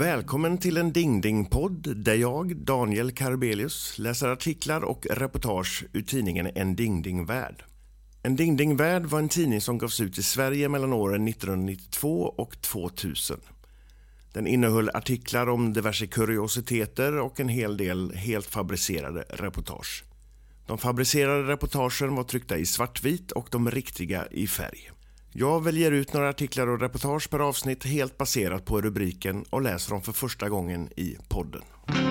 Välkommen till en Ding-Ding-podd där jag, Daniel Karbelius, läser artiklar och reportage ur tidningen En Ding-Ding-värld. En Ding-Ding-värld var en tidning som gavs ut i Sverige mellan åren 1992 och 2000. Den innehöll artiklar om diverse kuriositeter och en hel del helt fabricerade reportage. De fabricerade reportagen var tryckta i svartvit och de riktiga i färg. Jag väljer ut några artiklar och reportage per avsnitt helt baserat på rubriken och läser dem för första gången i podden.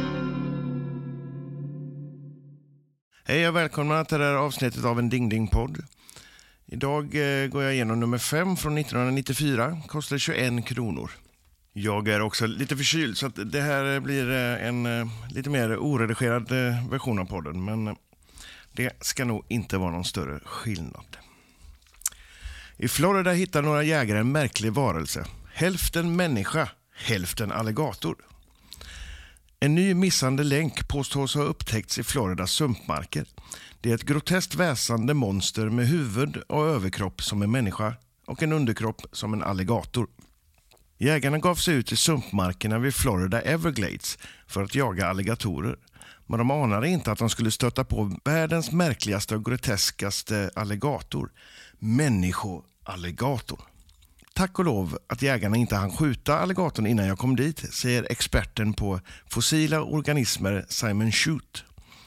Hej och välkomna till det här avsnittet av en Ding-Ding-podd. Idag går jag igenom nummer 5 från 1994, kostar 21 kronor. Jag är också lite förkyld så att det här blir en lite mer oredigerad version av podden, men det ska nog inte vara någon större skillnad. I Florida hittar några jägare en märklig varelse. Hälften människa, hälften alligator. En ny missande länk påstås ha upptäckts i Floridas sumpmarker. Det är ett groteskt väsande monster med huvud och överkropp som en människa och en underkropp som en alligator. Jägarna gav sig ut i sumpmarkerna vid Florida Everglades för att jaga alligatorer. Men de anade inte att de skulle stöta på världens märkligaste och groteskaste alligator. Människoalligator. Tack och lov att jägarna inte hann skjuta alligatorn innan jag kom dit, säger experten på fossila organismer Simon Shute.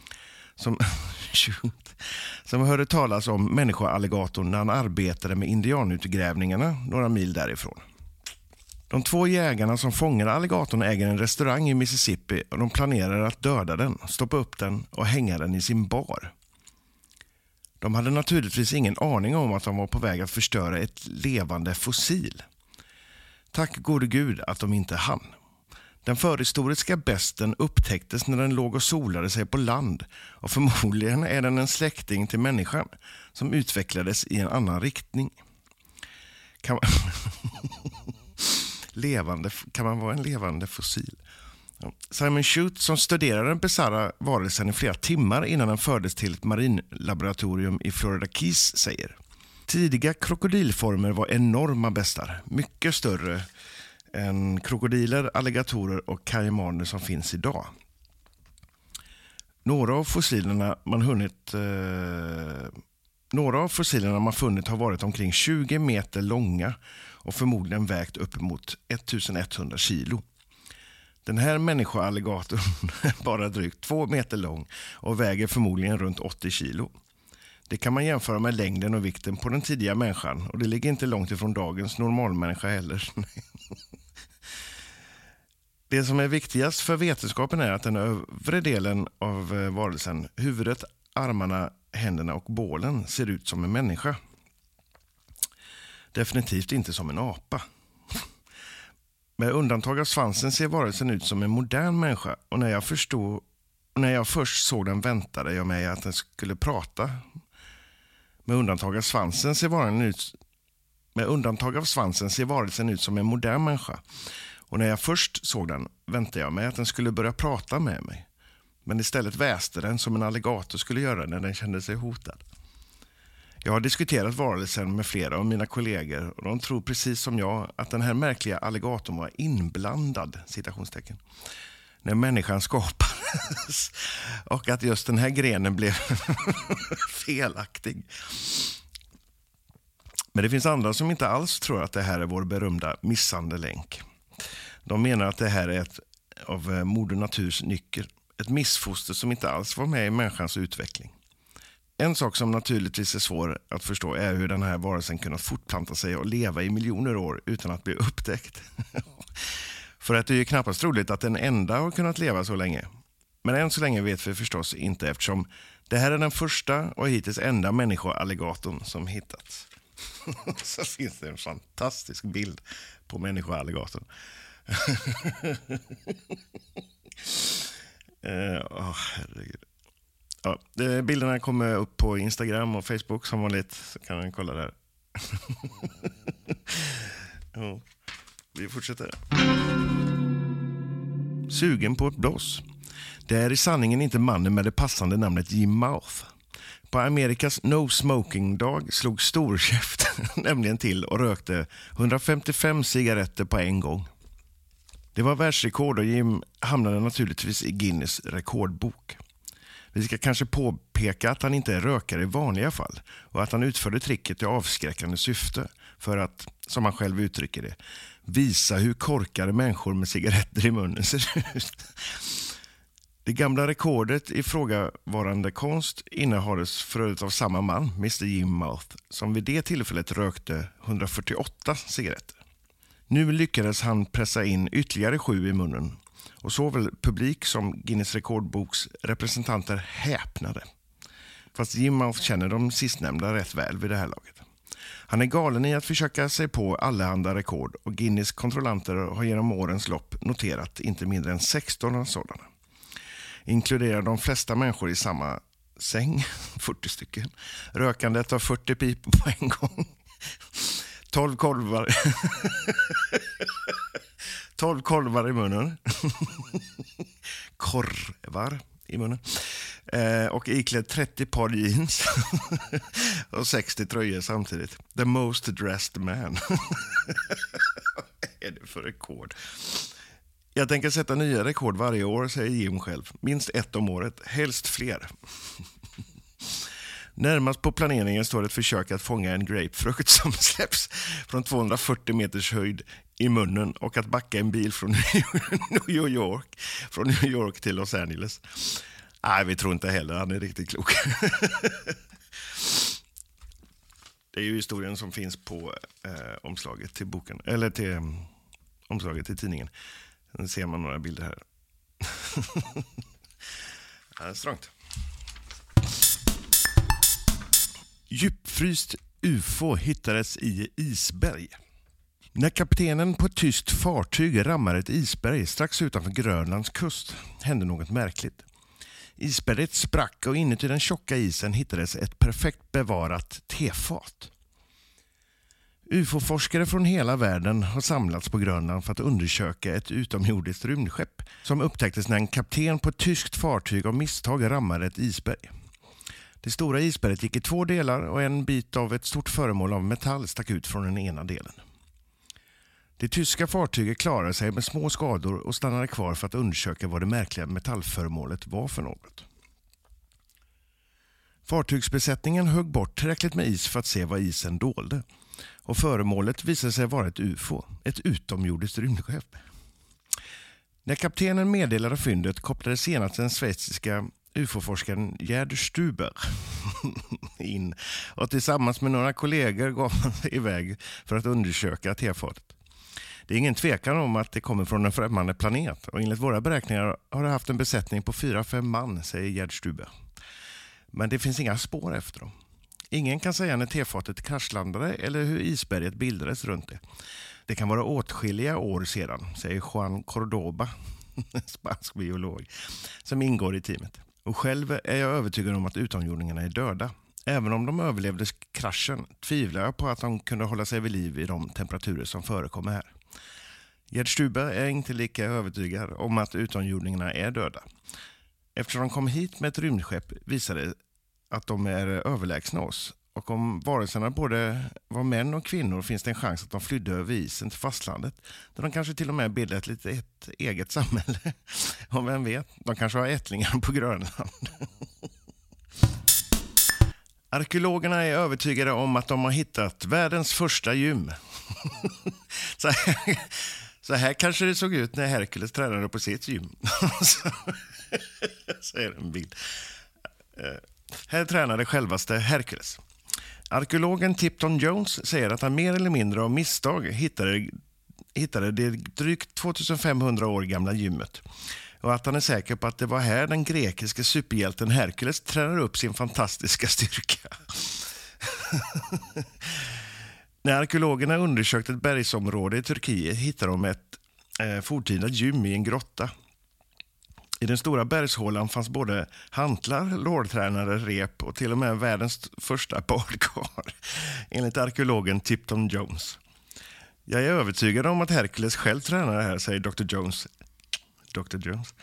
Som hörde talas om människoalligatorn när han arbetade med indianutgrävningarna några mil därifrån. De 2 jägarna som fångade alligatorn äger en restaurang i Mississippi och de planerar att döda den, stoppa upp den och hänga den i sin bar. De hade naturligtvis ingen aning om att de var på väg att förstöra ett levande fossil. Tack gode Gud att de inte hann. Den förhistoriska besten upptäcktes när den låg och solade sig på land och förmodligen är den en släkting till människan som utvecklades i en annan riktning. Kan man vara en levande fossil? Simon Shute, som studerade den bizarra varelsen i flera timmar innan den fördes till ett marinlaboratorium i Florida Keys, säger: tidiga krokodilformer var enorma bestar, mycket större än krokodiler, alligatorer och kajmaner som finns idag. Några av fossilerna man funnit har varit omkring 20 meter långa och förmodligen vägt uppemot 1100 kilo. Den här människoalligatorn är bara drygt 2 meter lång och väger förmodligen runt 80 kilo. Det kan man jämföra med längden och vikten på den tidiga människan, och det ligger inte långt ifrån dagens normalmänniska heller. Det som är viktigast för vetenskapen är att den övre delen av varelsen, huvudet, armarna, händerna och bålen, ser ut som en människa. Definitivt inte som en apa. Med undantag av svansen ser varelsen ut som en modern människa, och när jag först såg den väntade jag mig att den skulle prata. Med undantag av svansen ser varelsen ut som en modern människa, och när jag först såg den väntade jag mig att den skulle börja prata med mig. Men istället väste den som en alligator skulle göra när den kände sig hotad. Jag har diskuterat varelsen med flera av mina kollegor och de tror precis som jag att den här märkliga alligatorn var inblandad, citationstecken, när människan skapades och att just den här grenen blev felaktig. Men det finns andra som inte alls tror att det här är vår berömda missande länk. De menar att det här är ett av moder naturs nyckel, ett missfoster som inte alls var med i människans utveckling. En sak som naturligtvis är svår att förstå är hur den här varelsen kunnat fortplanta sig och leva i miljoner år utan att bli upptäckt. För att det är ju knappast troligt att den enda har kunnat leva så länge. Men än så länge vet vi förstås inte, eftersom det här är den första och hittills enda människoalligatorn som hittats. Så finns det en fantastisk bild på människoalligatorn. Herregud. Ja, bilderna kommer upp på Instagram och Facebook som vanligt, så kan man kolla där. Ja, vi fortsätter. Sugen på ett blås. Det är i sanningen inte mannen med det passande namnet Jim Mouth. På Amerikas No Smoking-dag slog storkäft nämligen till och rökte 155 cigaretter på en gång. Det var världsrekord och Jim hamnade naturligtvis i Guinness rekordbok. Vi ska kanske påpeka att han inte är rökare i vanliga fall och att han utförde tricket i avskräckande syfte för att, som han själv uttrycker det, visa hur korkade människor med cigaretter i munnen ser ut. Det gamla rekordet i frågavarande konst innehades förut av samma man, Mr. Jim Mouth, som vid det tillfället rökte 148 cigaretter. Nu lyckades han pressa in ytterligare 7 i munnen och såväl publik som Guinness rekordboks representanter häpnade. Fast Jim Mouth känner de sistnämnda rätt väl vid det här laget. Han är galen i att försöka sig på allehanda rekord och Guinness kontrollanter har genom årens lopp noterat inte mindre än 16 sådana. Inkluderar de flesta människor i samma säng, 40 stycken. Rökandet av 40 pipor på en gång. 12 kolvar. 12 kolvar i munnen. Korvar i munnen. Och iklädd 30 par jeans. Och 60 tröjor samtidigt. The most dressed man. Vad är det för rekord? Jag tänker sätta nya rekord varje år, säger Jim själv. Minst ett om året, helst fler. Närmast på planeringen står ett försök att fånga en grapefrukt som släpps från 240 meters höjd i munnen och att backa en bil från New York till Los Angeles. Nej, vi tror inte heller, han är riktigt klok. Det är ju historien som finns på omslaget till boken, eller till omslaget till tidningen. Nu ser man några bilder här. Det är strångt. Djupfryst UFO hittades i isberg. När kaptenen på ett tyskt fartyg rammade ett isberg strax utanför Grönlands kust hände något märkligt. Isberget sprack och inuti den tjocka isen hittades ett perfekt bevarat tefat. UFO-forskare från hela världen har samlats på Grönland för att undersöka ett utomjordiskt rymdskepp som upptäcktes när en kapten på ett tyskt fartyg av misstag rammade ett isberg. Det stora isberget gick i 2 delar och en bit av ett stort föremål av metall stack ut från den ena delen. Det tyska fartyget klarade sig med små skador och stannade kvar för att undersöka vad det märkliga metallföremålet var för något. Fartygsbesättningen högg bort tillräckligt med is för att se vad isen dolde. Och föremålet visade sig vara ett UFO, ett utomjordiskt rymdskepp. När kaptenen meddelade fyndet kopplade senast den schweiziska UFO-forskaren Gerd Stuber in och tillsammans med några kollegor gav man sig iväg för att undersöka tefatet. Det är ingen tvekan om att det kommer från en främmande planet och enligt våra beräkningar har det haft en besättning på 4-5 man, säger Gerd Stuber. Men det finns inga spår efter dem. Ingen kan säga när tefatet kraschlandade eller hur isberget bildades runt det. Det kan vara åtskilliga år sedan, säger Juan Cordoba, spansk biolog, som ingår i teamet. Och själv är jag övertygad om att utomjordingarna är döda. Även om de överlevde kraschen tvivlar jag på att de kunde hålla sig vid liv i de temperaturer som förekommer här. Gerd Stuber är inte lika övertygad om att utomjordingarna är döda. Eftersom de kom hit med ett rymdskepp visade att de är överlägsna oss. Och om varelserna både var män och kvinnor finns det en chans att de flydde över isen till fastlandet. Där de kanske till och med bildade ett eget samhälle. Och vem vet, de kanske har ättlingar på Grönland. Arkeologerna är övertygade om att de har hittat världens första gym. Så här kanske det såg ut när Herkules tränade på sitt gym. Så är det en bild. Här tränade självaste Herkules. Arkeologen Tipton Jones säger att han mer eller mindre av misstag hittade det drygt 2500 år gamla gymmet. Och att han är säker på att det var här den grekiska superhjälten Herkules tränade upp sin fantastiska styrka. När arkeologerna undersökte ett bergsområde i Turkiet hittade de ett forntida gym i en grotta. I den stora bergshålan fanns både hantlar, lårtränare, rep och till och med världens första badkar, enligt arkeologen Tipton Jones. Jag är övertygad om att Herkules själv tränade här, säger Dr. Jones. Dr. Jones.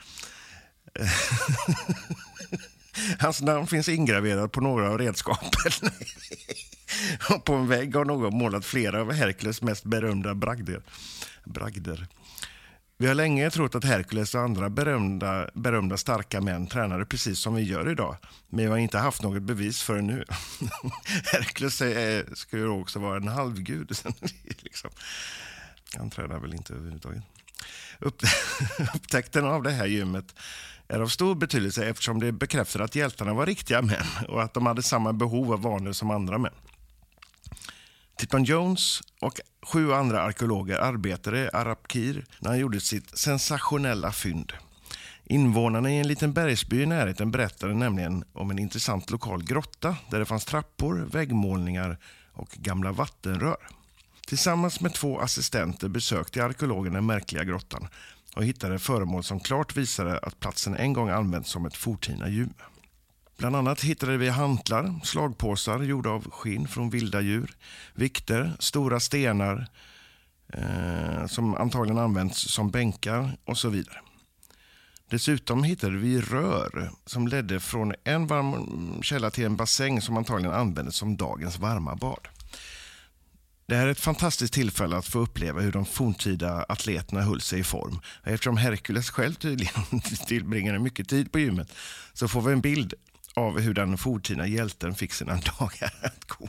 Hans namn finns ingraverad på några av redskapen. Och på en vägg har någon målat flera av Herkules mest berömda bragder. Vi har länge trott att Herkules och andra berömda starka män tränade precis som vi gör idag. Men vi har inte haft något bevis för nu. Herkules skulle också vara en halvgud. Liksom. Han tränar väl inte överhuvudtaget. Upptäckten av det här gymmet är av stor betydelse eftersom det bekräftar att hjältarna var riktiga män och att de hade samma behov av vanor som andra män. Tipton Jones och 7 andra arkeologer arbetade i Arapkir när han gjorde sitt sensationella fynd. Invånarna i en liten bergsby i närheten berättade nämligen om en intressant lokal grotta där det fanns trappor, väggmålningar och gamla vattenrör. Tillsammans med 2 assistenter besökte arkeologerna den märkliga grottan och hittade föremål som klart visade att platsen en gång använts som ett forntida gym. Bland annat hittade vi hantlar, slagpåsar gjorda av skinn från vilda djur, vikter, stora stenar som antagligen använts som bänkar och så vidare. Dessutom hittade vi rör som ledde från en varm källa till en bassäng som antagligen användes som dagens varma bad. Det här är ett fantastiskt tillfälle att få uppleva hur de forntida atleterna höll sig i form. Eftersom Herkules själv tydligen tillbringade mycket tid på gymmet så får vi en bild av hur den forntida hjälten fick sina dagar att gå.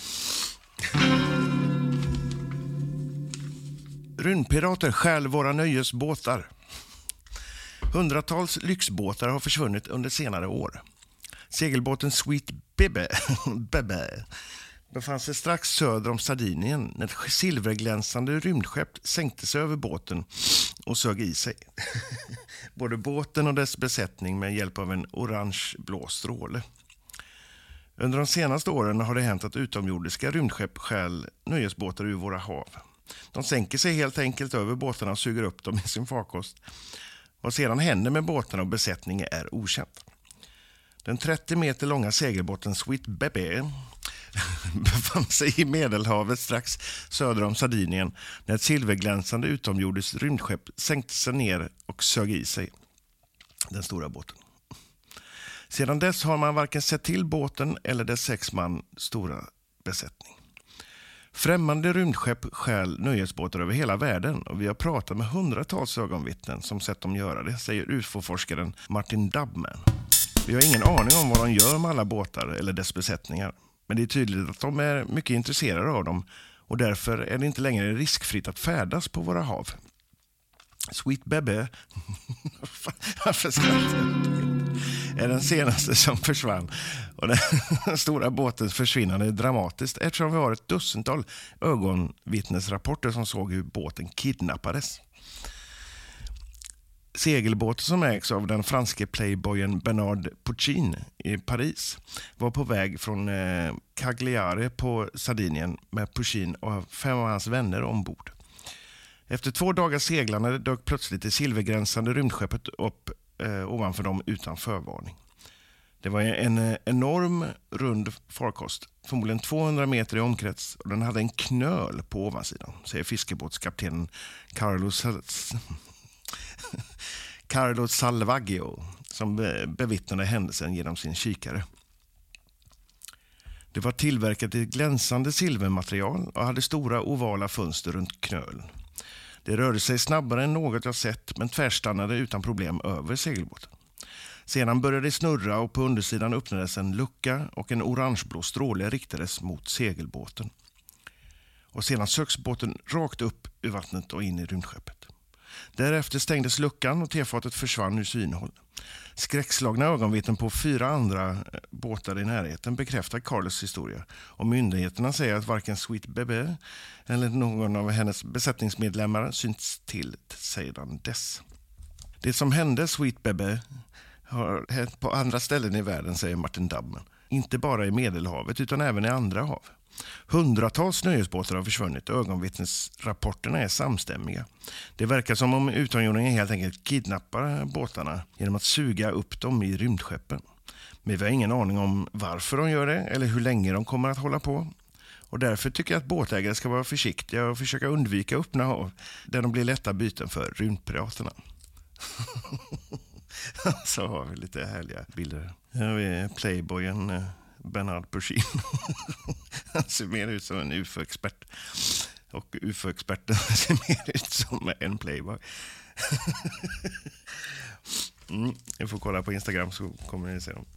Rymdpirater stjäl våra nöjesbåtar. Hundratals lyxbåtar har försvunnit under senare år. Segelbåten Sweet Bebe befann sig strax söder om Sardinien när ett silverglänsande rymdskepp sänkte sig över båten och sög i sig. Både båten och dess besättning med hjälp av en orange-blå stråle. Under de senaste åren har det hänt att utomjordiska rymdskepp stjäl nöjesbåtar ur våra hav. De sänker sig helt enkelt över båtarna och suger upp dem i sin farkost. Vad sedan händer med båtarna och besättningen är okänt. Den 30 meter långa segelbåten Sweet Bebe befann sig i Medelhavet strax söder om Sardinien när ett silverglänsande utomjordiskt rymdskepp sänkte sig ner och sög i sig den stora båten. Sedan dess har man varken sett till båten eller dess 6 man stora besättning. Främmande rymdskepp stjäl nöjesbåtar över hela världen och vi har pratat med hundratals ögonvittnen som sett dem göra det, säger UFO-forskaren Martin Dubman. Vi har ingen aning om vad de gör med alla båtar eller dess besättningar. Men det är tydligt att de är mycket intresserade av dem och därför är det inte längre riskfritt att färdas på våra hav. Sweet Bebe är den senaste som försvann och den stora båtens försvinnande är dramatiskt eftersom vi har ett dussintal ögonvittnesrapporter som såg hur båten kidnappades. Segelbåten som ägs av den franske playboyen Bernard Pochin i Paris var på väg från Cagliari på Sardinien med Pochin och 5 av hans vänner ombord. Efter 2 dagars seglande dök plötsligt det silvergränsande rymdskeppet upp ovanför dem utan förvarning. Det var en enorm rund farkost, förmodligen 200 meter i omkrets och den hade en knöl på ovansidan, säger fiskebåtskaptenen Carlo Salvaggio som bevittnade händelsen genom sin kikare. Det var tillverkat i glänsande silvermaterial och hade stora ovala fönster runt knölen. Det rörde sig snabbare än något jag sett men tvärstannade utan problem över segelbåten. Sedan började det snurra och på undersidan öppnades en lucka och en orangeblå stråle riktades mot segelbåten. Och sedan söks båten rakt upp ur vattnet och in i rymdskeppet. Därefter stängdes luckan och tefatet försvann ur synhåll. Skräckslagna ögonvittnen på 4 andra båtar i närheten bekräftar Carlos historia. Och myndigheterna säger att varken Sweet Bebe eller någon av hennes besättningsmedlemmar synts till sedan dess. Det som hände Sweet Bebe har hänt på andra ställen i världen, säger Martin Dubman. Inte bara i Medelhavet utan även i andra hav. Hundratals nöjesbåtar har försvunnit och ögonvittnesrapporterna är samstämmiga. Det verkar som om utomjordingar helt enkelt kidnappar båtarna genom att suga upp dem i rymdskeppen. Men vi har ingen aning om varför de gör det eller hur länge de kommer att hålla på. Och därför tycker jag att båtägare ska vara försiktiga och försöka undvika öppna hav där de blir lätta byten för rymdpiraterna. Så har vi lite härliga bilder. Här har vi playboyen Bernard Pochin. Han ser mer ut som en UFO-expert. Och UFO-experten ser mer ut som en playboy. Ni får kolla på Instagram så kommer ni se dem.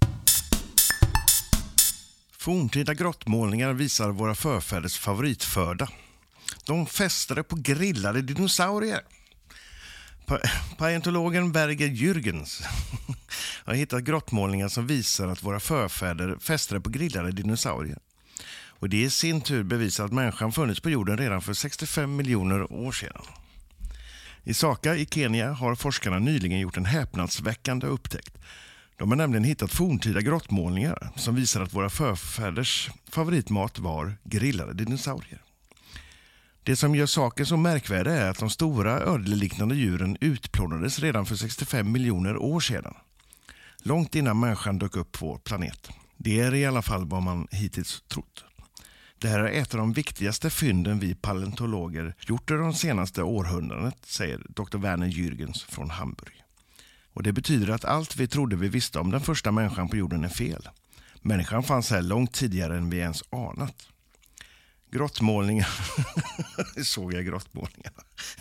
Forntida grottmålningar visar våra förfäders favoritföda. De fästade på grillade dinosaurier. Paleontologen Berger Jürgens har hittat grottmålningar som visar att våra förfäder fästade på grillade dinosaurier. Och det i sin tur bevisar att människan funnits på jorden redan för 65 miljoner år sedan. I Saka i Kenya har forskarna nyligen gjort en häpnadsväckande upptäckt. De har nämligen hittat forntida grottmålningar som visar att våra förfäders favoritmat var grillade dinosaurier. Det som gör saken så märkvärdig är att de stora ödleliknande djuren utplånades redan för 65 miljoner år sedan. Långt innan människan dök upp på vår planet. Det är i alla fall vad man hittills trott. Det här är ett av de viktigaste fynden vi paleontologer gjort i de senaste århundradet, säger Dr. Werner Jürgens från Hamburg. Och det betyder att allt vi trodde vi visste om den första människan på jorden är fel. Människan fanns här långt tidigare än vi ens anat. Grottmålningar. Såg jag grottmålningarna.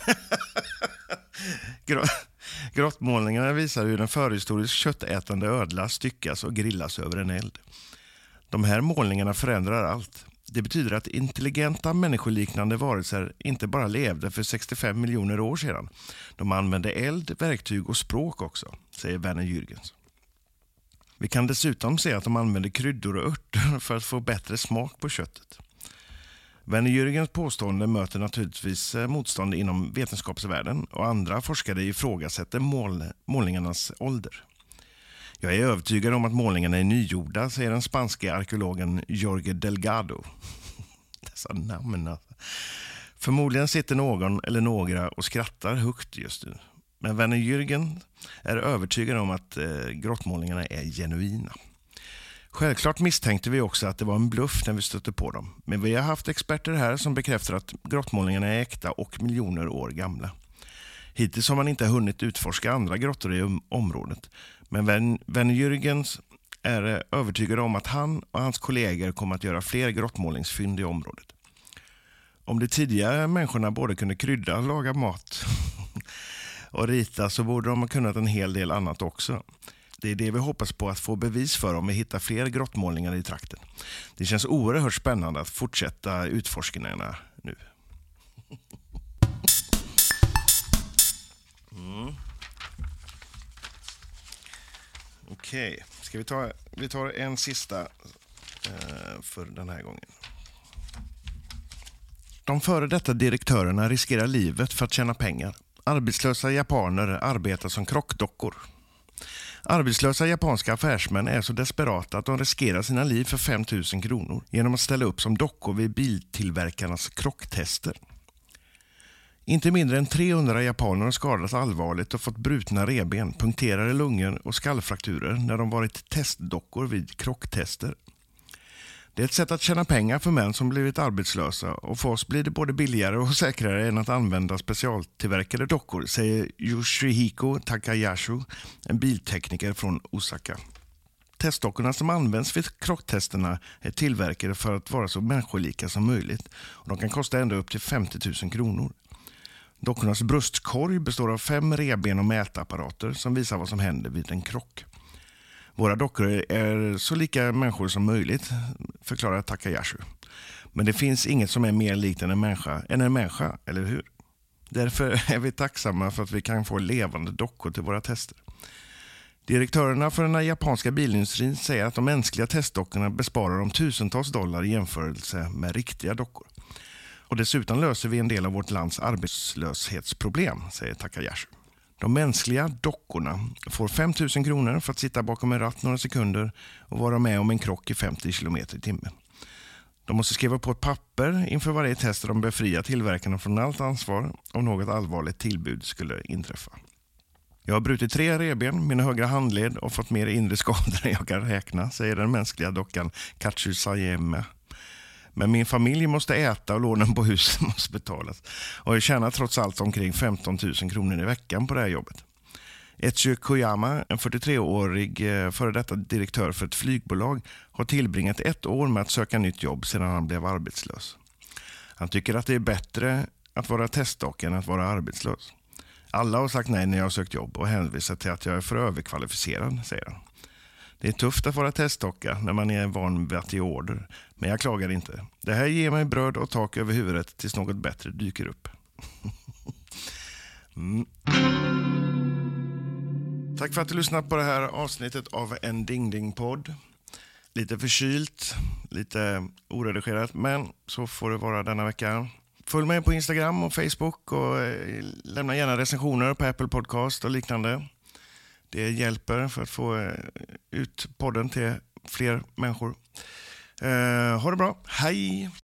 Grottmålningarna visar hur en förhistorisk köttätande ödla styckas och grillas över en eld. De här målningarna förändrar allt. Det betyder att intelligenta människoliknande varelser inte bara levde för 65 miljoner år sedan. De använde eld, verktyg och språk också, säger Werner Jürgens. Vi kan dessutom se att de använde kryddor och örter för att få bättre smak på köttet. Werner Jürgens påstående möter naturligtvis motstånd inom vetenskapsvärlden och andra forskare ifrågasätter målningarnas ålder. Jag är övertygad om att målningarna är nygjorda, säger den spanska arkeologen Jorge Delgado. Dessa namn alltså. Förmodligen sitter någon eller några och skrattar högt just nu. Men Werner Jürgen är övertygad om att grottmålningarna är genuina. Självklart misstänkte vi också att det var en bluff när vi stötte på dem. Men vi har haft experter här som bekräftar att grottmålningarna är äkta och miljoner år gamla. Hittills har man inte hunnit utforska andra grottor i området. Men Werner Jürgens är övertygad om att han och hans kollegor kommer att göra fler grottmålningsfynd i området. Om de tidigare människorna både kunde krydda, laga mat och rita, så borde de ha kunnat en hel del annat också. Det är det vi hoppas på att få bevis för om vi hittar fler grottmålningar i trakten. Det känns oerhört spännande att fortsätta utforskningarna nu. Okej, ska vi tar en sista för den här gången. De före detta direktörerna riskerar livet för att tjäna pengar. Arbetslösa japaner arbetar som krockdockor. Arbetslösa japanska affärsmän är så desperata att de riskerar sina liv för 5 000 kronor genom att ställa upp som dockor vid biltillverkarnas krocktester. Inte mindre än 300 japaner har skadats allvarligt och fått brutna revben, punkterade lungor och skallfrakturer när de varit testdockor vid krocktester. Det är ett sätt att tjäna pengar för män som blivit arbetslösa, och för oss blir det både billigare och säkrare än att använda specialtillverkade dockor, säger Yoshihiko Takayasu, en biltekniker från Osaka. Testdockorna som används vid krocktesterna är tillverkade för att vara så människolika som möjligt, och de kan kosta ända upp till 50 000 kronor. Dockornas bröstkorg består av 5 revben och mätapparater som visar vad som händer vid en krock. Våra dockor är så lika människor som möjligt, förklarar Takayasu. Men det finns inget som är mer likt än en människa, eller hur? Därför är vi tacksamma för att vi kan få levande dockor till våra tester. Direktörerna för den japanska bilindustrin säger att de mänskliga testdockorna besparar dem tusentals dollar i jämförelse med riktiga dockor. Och dessutom löser vi en del av vårt lands arbetslöshetsproblem, säger Takayasu. De mänskliga dockorna får 5 000 kronor för att sitta bakom en ratt några sekunder och vara med om en krock i 50 km i timmen. De måste skriva på ett papper inför varje test där de befriar tillverkarna från allt ansvar om något allvarligt tillbud skulle inträffa. Jag har brutit 3 revben, min högra handled, och fått mer inre skador än jag kan räkna, säger den mänskliga dockan Katsu Sayeme. Men min familj måste äta och lånen på huset måste betalas. Och jag tjänar trots allt omkring 15 000 kronor i veckan på det här jobbet. Etsu Koyama, en 43-årig före detta direktör för ett flygbolag, har tillbringat 1 år med att söka nytt jobb sedan han blev arbetslös. Han tycker att det är bättre att vara testdock än att vara arbetslös. Alla har sagt nej när jag har sökt jobb och hänvisat till att jag är för överkvalificerad, säger han. Det är tufft att vara testdocka när man är van vid att ge order, men jag klagar inte. Det här ger mig bröd och tak över huvudet tills något bättre dyker upp. Tack för att du lyssnat på det här avsnittet av en Ding-Ding-podd. Lite förkylt, lite oredigerat, men så får det vara denna vecka. Följ mig på Instagram och Facebook och lämna gärna recensioner på Apple Podcast och liknande. Det hjälper för att få ut podden till fler människor. Ha det bra, hej!